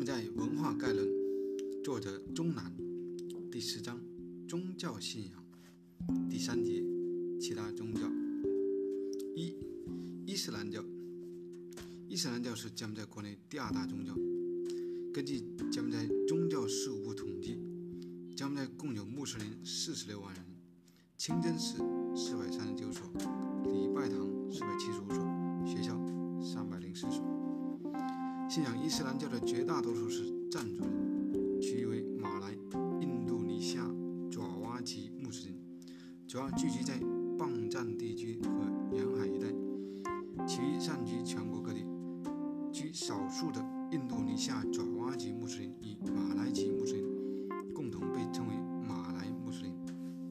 柬埔寨文化概论，作者钟南，第10章宗教信仰，第3节其他宗教。1. 伊斯兰教。伊斯兰教是柬埔寨国内第2大宗教。根据柬埔寨宗教事务部统计，柬埔寨共有穆斯林46万人，清真寺439所，礼拜堂475所，学校304所。信仰伊斯兰教的绝大多数是藏族人，其余为马来、印度尼西亚、爪哇籍穆斯林，主要聚集在邦藏地区和沿海一带，其余散居全国各地。据少数的印度尼西亚爪哇籍穆斯林与马来籍穆斯林共同被称为马来穆斯林，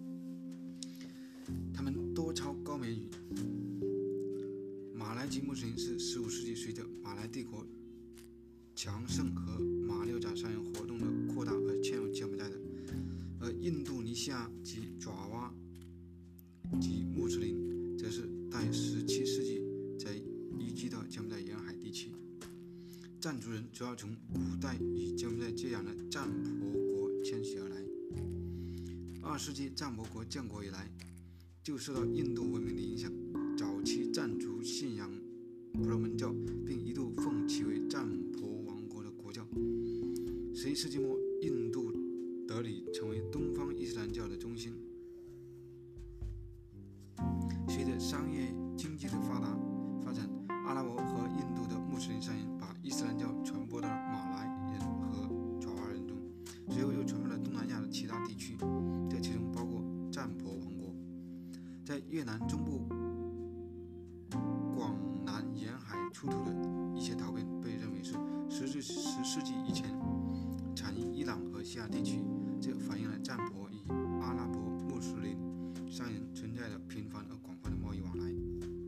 他们多操高棉语。马来籍穆斯林是15世纪随着马来帝国强盛和马六甲山原活动的扩大而迁入柬埔寨的，而印度尼西亚及爪哇及穆斯林则是在17世纪才移居到柬埔寨沿海地区。藏族人主要从古代与柬埔寨接壤的占婆国迁徙而来。2世纪占婆国建国以来，就受到印度文明的影响，早期藏族信仰婆罗门教，并一度奉其为占婆王国的国教。11世纪末，印度德里成为东方伊斯兰教的中心。随着商业经济的发展，阿拉伯和印度的穆斯林商人把伊斯兰教传播到了马来人和爪哇人中，随后又传播到东南亚的其他地区，这其中包括占婆王国。在越南中部广南沿海出土的一些陶片被认为是10世纪以前产于伊朗和西亚地区，这反映了占婆与阿拉伯穆斯林商人存在的频繁而广泛的贸易往来。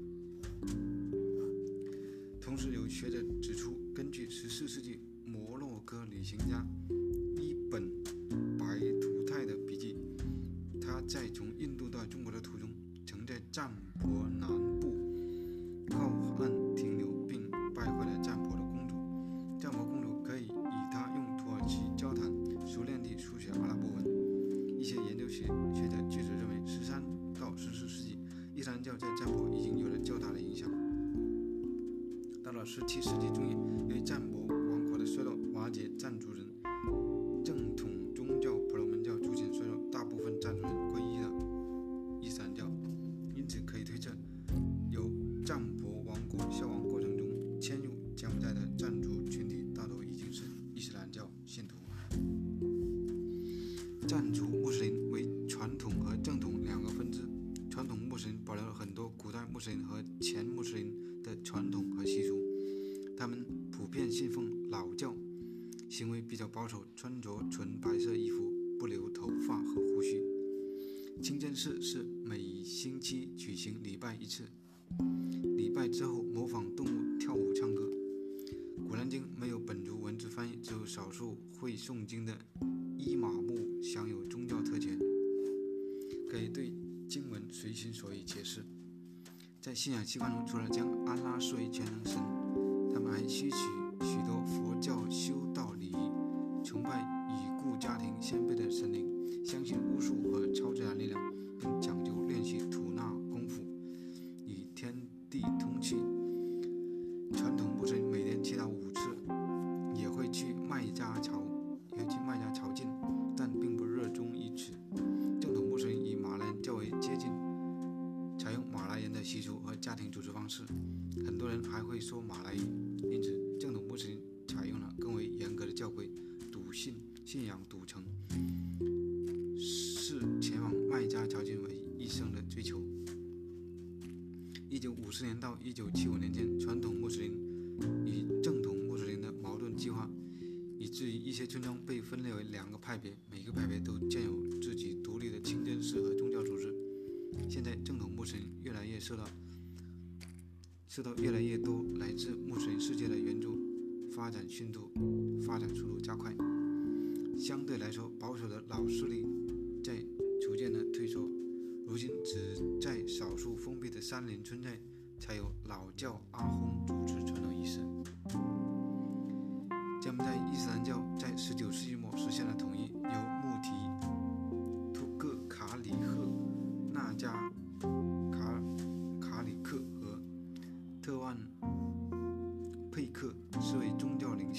同时有学者指出，根据14世纪摩洛哥旅行家伊本白图泰的笔记，他在从印度到中国的途中，曾在占婆南部靠岸停留，并拜会了占婆的公主。占婆公主可以与他用土耳其交谈，熟练地书写阿拉伯文。一些研究学者据此认为，13到14世纪，伊斯兰教在占婆已经有了较大的影响。到了17世纪中叶，由于占婆王国的衰落瓦解，藏族人正统宗教婆罗门教逐渐衰弱，大部分藏族人皈依了伊斯兰教。因此可以推测，由占婆王国消亡过程中迁入柬埔寨的藏族群体大多已经是伊斯兰教信徒。藏族穆斯林为传统和正统2个分支。传统穆斯林保留了很多古代穆斯林和前穆斯林的传统和习俗，他们普遍信奉老教，行为比较保守，穿着纯白色衣服，不留头发和胡须。清真寺是每星期举行礼拜1次，礼拜之后模仿动物跳舞唱歌。古兰经没有本族文字翻译，只有少数会诵经的伊玛目享有宗教特权，可以对经文随心所欲解释。在信仰习惯中，除了将安拉视为全能神，他们还吸取许多佛教修道礼仪，崇拜已故家庭先辈的神灵，相信巫术和超自然力量，并讲究练习吐纳功夫，与天地通气。传统穆斯林每天祈祷5次，也会去麦加朝觐，但并不热衷于此。正统穆斯林与马来人较为接近，采用马来人的习俗和家庭组织方式，很多人还会说马来语，因此正统穆斯林采用了更为严格的教规，信仰赌城，视前往麦加朝觐为一生的追求。1950年到1975年间，传统穆斯林与正统穆斯林的矛盾激化，以至于一些村庄被分裂为2个派别，每个派别都建有自己独立的清真寺和宗教组织。现在正统穆斯林越来越受到越来越多来自穆斯林世界的援助，发展速度加快。相对来说，保守的老势力在逐渐的退缩，如今只在少数封闭的山林村寨才有老教阿訇主持传统仪式。柬埔寨伊斯兰教在19世纪末实现了统一，由穆提图克卡里赫、纳加卡里克和特万佩克四位宗教领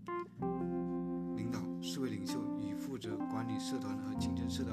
导。四位领袖与负责管理社团和清真寺的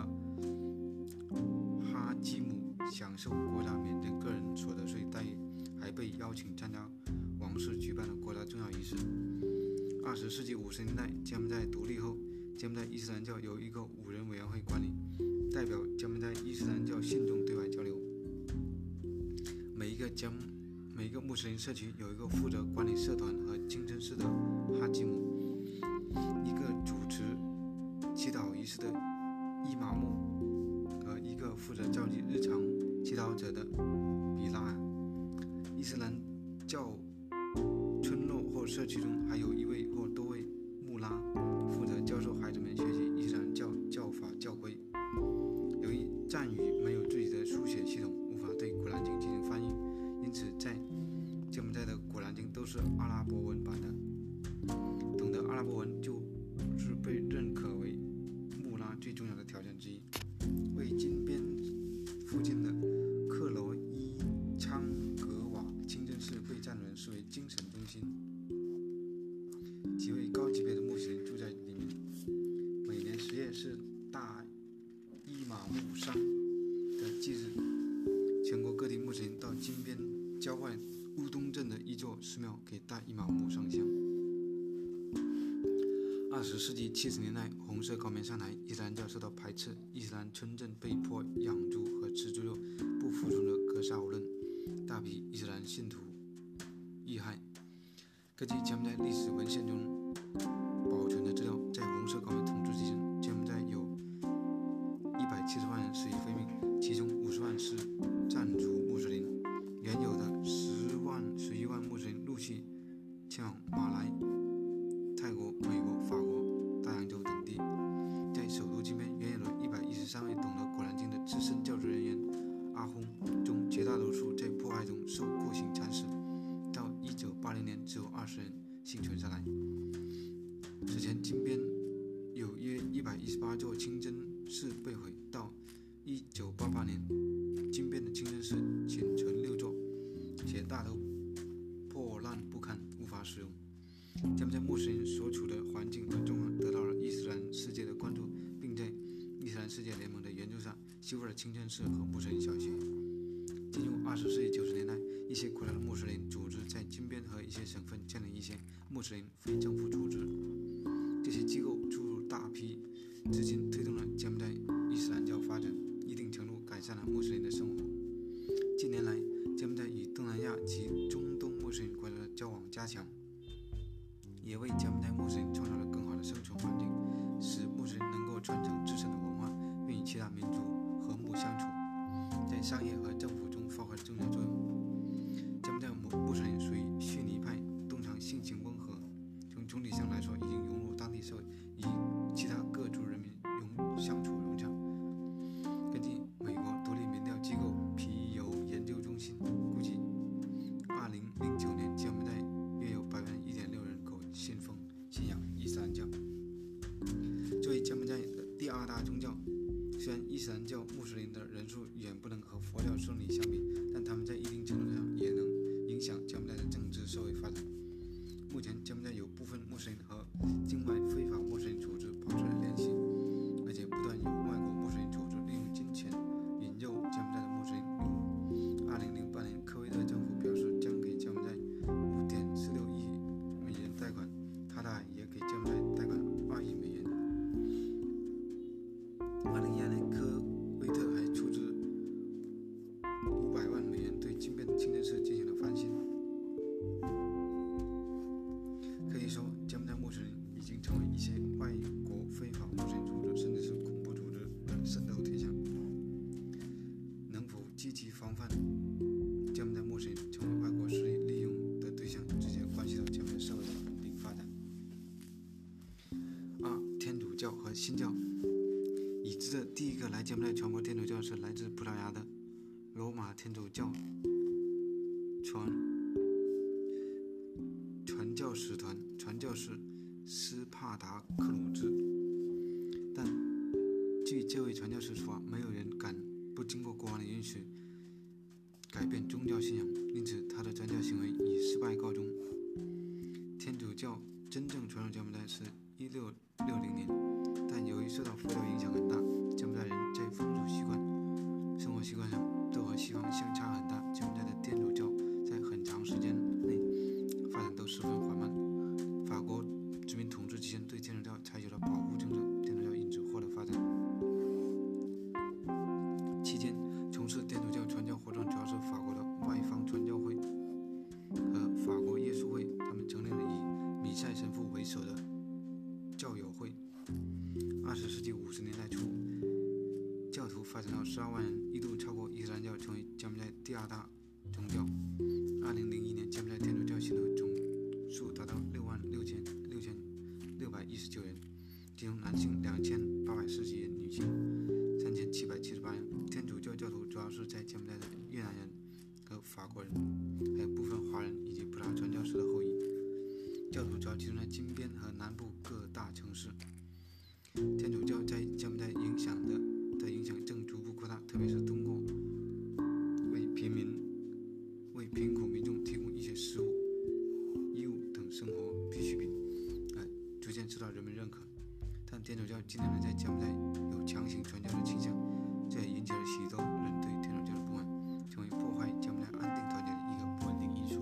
哈基姆享受国家免征个人所得税待遇，还被邀请参加王室举办的国家重要仪式。20世纪50年代，柬埔寨独立后，柬埔寨伊斯兰教由一个5人委员会管理，代表柬埔寨伊斯兰教信众对外交流。每一个穆斯林社区有一个负责管理社团和清真寺的哈基姆，一个主持祈祷仪式的伊玛目和一个负责召集日常祈祷者的比拉尔。伊斯兰教村落或社区中还有一位或多位穆拉，负责教授孩子们学习伊斯兰教教法教规。由于藏语没有自己的书写系统，无法对古兰经进行翻译，因此在柬埔寨的古兰经都是阿拉伯文版的。懂得阿拉伯文就是被认可为穆拉最重要的条件之一。为金边附近的克罗伊昌格瓦清真寺被藏人视为精神中心，几位高级别的穆斯林住在里面。每年10月是大伊玛目山的忌日，全国各地穆斯林到金边郊外乌东镇的一座寺庙给大伊玛目上香。20世纪70年代，红色高棉上台，伊斯兰教受到排斥，伊斯兰村镇被迫养猪和吃猪肉，不服从的格萨武论，大批伊斯兰信徒遇害。根据柬埔寨历史文献中保存的资料，在红色高棉统治期间，柬埔寨有170万人死于非命，其中50万是藏族穆斯林，原有的11万穆斯林陆续前往马来、泰国、美国、法国、大洋洲等地。在首都金边，原有的113位懂得古兰经的资深教职人员阿訇中，绝大多数在迫害中受酷刑惨死，到1980年只有20人幸存下来。此前金边有约118座清真寺被毁，到1988年金边的清真寺仅存6座，且大都破烂不堪，无法使用。柬埔寨穆斯林所处的环境和状况得到了伊斯兰世界的关注，并在伊斯兰世界联盟的援助下修复了清真寺和穆斯林小学。进入20世纪90年代，一些国家的穆斯林组织在金边和一些省份建立一些穆斯林非政府组织，这些机构注入大批资金，推动了柬埔寨伊斯兰教发展，一定程度改善了穆斯林的生活。近年来，柬埔寨与东南亚及中东穆斯林国家的交往加强，也为柬埔寨穆斯林创造了更好的生存环境，使穆斯林能够传承自身的文化，并与其他民族和睦相处，在商业和政府中发挥了重要作用。柬埔寨穆斯林属于逊尼派，通常性情温和，从总体上来说已经融入当地社会，与其他各族人民相处融洽。根据美国独立民调机构皮尤研究中心估计，2009年柬埔寨约有1.6%人口信仰伊斯兰教。作为柬埔寨的第2大宗教，虽然伊斯兰教穆斯林的人数远不能和佛教僧侣相比，但他们在一定程度上也能影响柬埔寨的政治社会发展。目前，柬埔寨有部分穆斯林和境外非法穆斯林组织保持了联系，而且不断有外国穆斯林组织利用金钱引诱柬埔寨的穆斯林。如2008年，科威特政府表示将给柬埔寨5.46亿美元贷款，卡塔尔也给柬埔寨贷款2亿美元。2012年，科威特还出资500万美元对金边的清真寺进行了翻新。可以说，柬埔寨穆斯林已经成为一些外国非法穆斯林组织甚至是恐怖组织的渗透对象。能否积极防范柬埔寨穆斯林成为外国势力利用的对象，直接关系到柬埔寨社会的稳定发展。2. 天主教和新教。已知的第一个来柬埔寨传播天主教是来自葡萄牙的罗马天主教传教使团传教士斯帕达克鲁兹。但据这位传教士说，没有人敢不经过国王的允许改变宗教信仰，因此他的传教行为以失败告终。天主教真正传入柬埔寨是1660年，但由于受到佛教影响很大，柬埔寨人在风俗习惯、生活习惯上都和西方相差很大。柬埔寨的天主教在很长时间内发展都十分缓慢。法国殖民统治期间对天主教采取了保护政策，天主教因此获得发展。期间从事天主教传教活动主要是法国的外方传教会和法国耶稣会，他们成立了以米塞神父为首的教友会。20世纪50年代初，教徒发展到12万人，一度超过伊斯兰教，成为柬埔寨第2大宗教。2001年，柬埔寨天主教信徒总数达到66619人，其中男性2840人，女性3778人。天主教教徒主要是在柬埔寨的越南人和法国人，还有部分华人以及葡萄牙传教士的后裔。教徒主要集中在金边和南部各大城市。天主教在柬埔寨影响正逐步扩大，特别是通过为贫苦民众提供一些食物、衣物等生活必需品，逐渐受到人们认可。但天主教近年来在柬埔寨有强行传教的倾向，这也引起了许多人对天主教的不满，成为破坏柬埔寨安定团结的一个不稳定因素。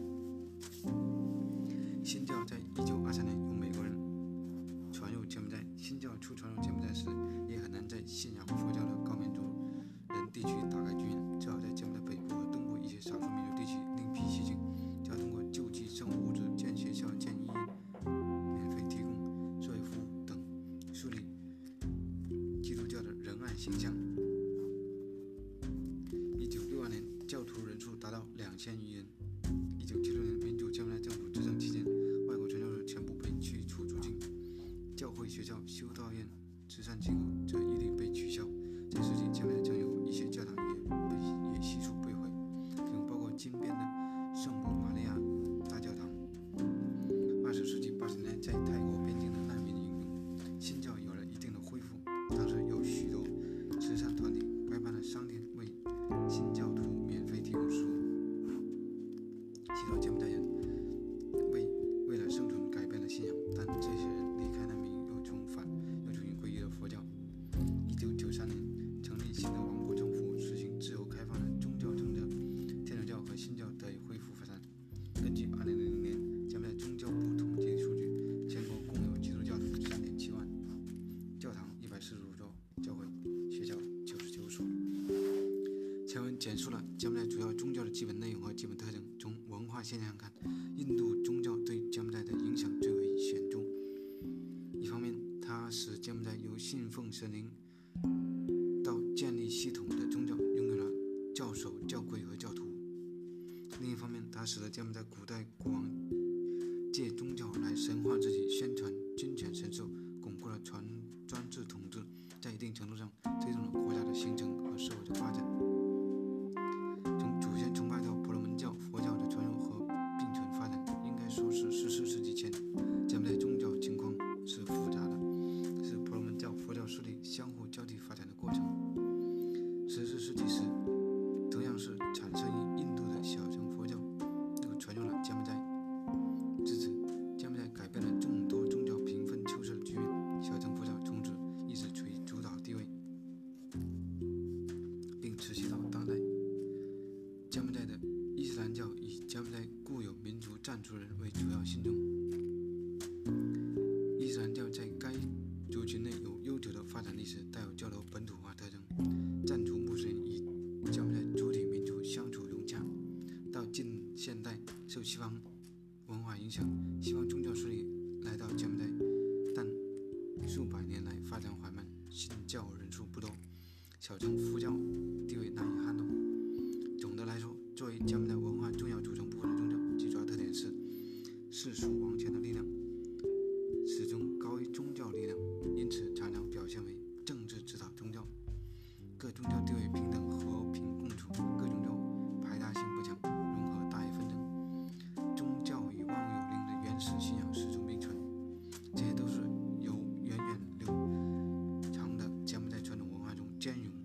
新教在1923年由美国人传入柬埔寨，新教初传入柬埔寨时也很难在信仰佛教的高棉族人地区打开军营，只好在柬埔寨北部和东部一些少数民族地区另辟蹊径，就要通过救济生活物资、建学校、建医院、免费提供社会服务等，树立基督教的仁爱形象。1962年，教徒人数达到2000余人。1976年，民主柬埔寨政府执政期间，外国传教士全部被驱逐出境，教会、学校、修道院、慈善机构则一律被取消。这时期，柬埔寨曾有一些教堂也悉数被毁，其中包括金边的圣母玛利亚大教堂。20世纪80年代，在泰国边境的难民营中，新教有了一定的恢复。当时有许多慈善团体开办了商店，为新教徒免费提供食物。许多柬埔寨人为了生存改变了信仰，但这些人离开难民营又重新皈依了佛教。1993年，成立新的王国政府，实行自由开放的宗教政策，天主教和新教得以恢复发展。根据2000年柬埔寨宗教部统计数据，全国共有基督教徒3.7万，教堂145座，教会、学校99所。前文简述了柬埔寨主要宗教的基本内容和基本特征。从文化现象看，印度宗教对柬埔寨的影响最为显著。一方面，它使柬埔寨由信奉神灵到建立系统的宗教，拥有了教首、教规和教徒。另一方面，它使得柬埔寨古代国王借宗教来神化自己，宣传君权神授，巩固了专制统治，在一定程度上推动了国家的形成和社会的发展。从祖先崇拜到婆罗门教、佛教的传入和并存发展，应该说是14世纪前柬埔寨宗教情况是复杂的，是婆罗门教、佛教势力相互交替发展的过程。14世纪时，同样是产生于印度的小乘佛教又传入了柬埔寨，至此柬埔寨改变了众多宗教平分秋色的局面，小乘佛教从此一直处于主导地位，并持续到当代。柬埔寨的伊斯兰教以柬埔寨固有民族藏族人为主要信众。伊斯兰教在该族群内有悠久的发展历史，带有较多本土化特征。藏族穆斯林与柬埔寨主体民族相处融洽，到近现代受西方文化影响，西方宗教势力来到柬埔寨，但数百年来发展缓慢，信教人数不多，小乘佛教地位难以撼动。总的来说，作为柬埔寨文化重要组成部分的宗教，其主要特点是兼容。